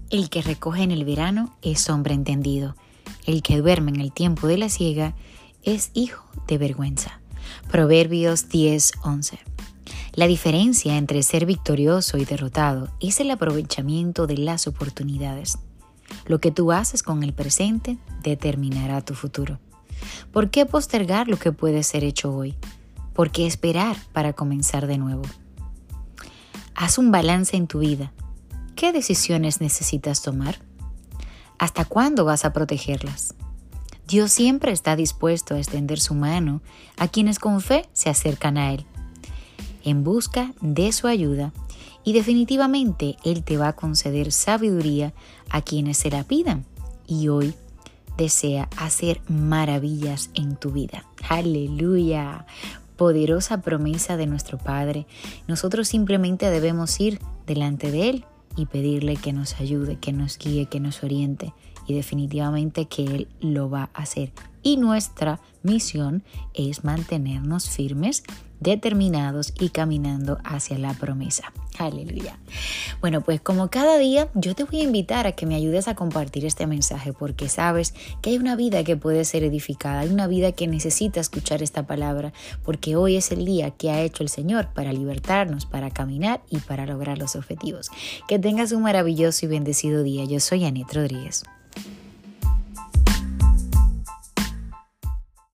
El que recoge en el verano es hombre entendido. El que duerme en el tiempo de la siega es hijo de vergüenza. Proverbios 10:11. La diferencia entre ser victorioso y derrotado es el aprovechamiento de las oportunidades. Lo que tú haces con el presente determinará tu futuro. ¿Por qué postergar lo que puede ser hecho hoy? ¿Por qué esperar para comenzar de nuevo? Haz un balance en tu vida. ¿Qué decisiones necesitas tomar? ¿Hasta cuándo vas a protegerlas? Dios siempre está dispuesto a extender su mano a quienes con fe se acercan a Él, en busca de su ayuda, y definitivamente Él te va a conceder sabiduría a quienes se la pidan, y hoy desea hacer maravillas en tu vida. ¡Aleluya! Poderosa promesa de nuestro Padre. Nosotros simplemente debemos ir delante de Él y pedirle que nos ayude, que nos guíe, que nos oriente, y definitivamente que Él lo va a hacer. Y nuestra misión es mantenernos firmes, determinados y caminando hacia la promesa. Aleluya. Bueno, pues como cada día, yo te voy a invitar a que me ayudes a compartir este mensaje, porque sabes que hay una vida que puede ser edificada, hay una vida que necesita escuchar esta palabra, porque hoy es el día que ha hecho el Señor para libertarnos, para caminar y para lograr los objetivos. Que tengas un maravilloso y bendecido día. Yo soy Anet Rodríguez.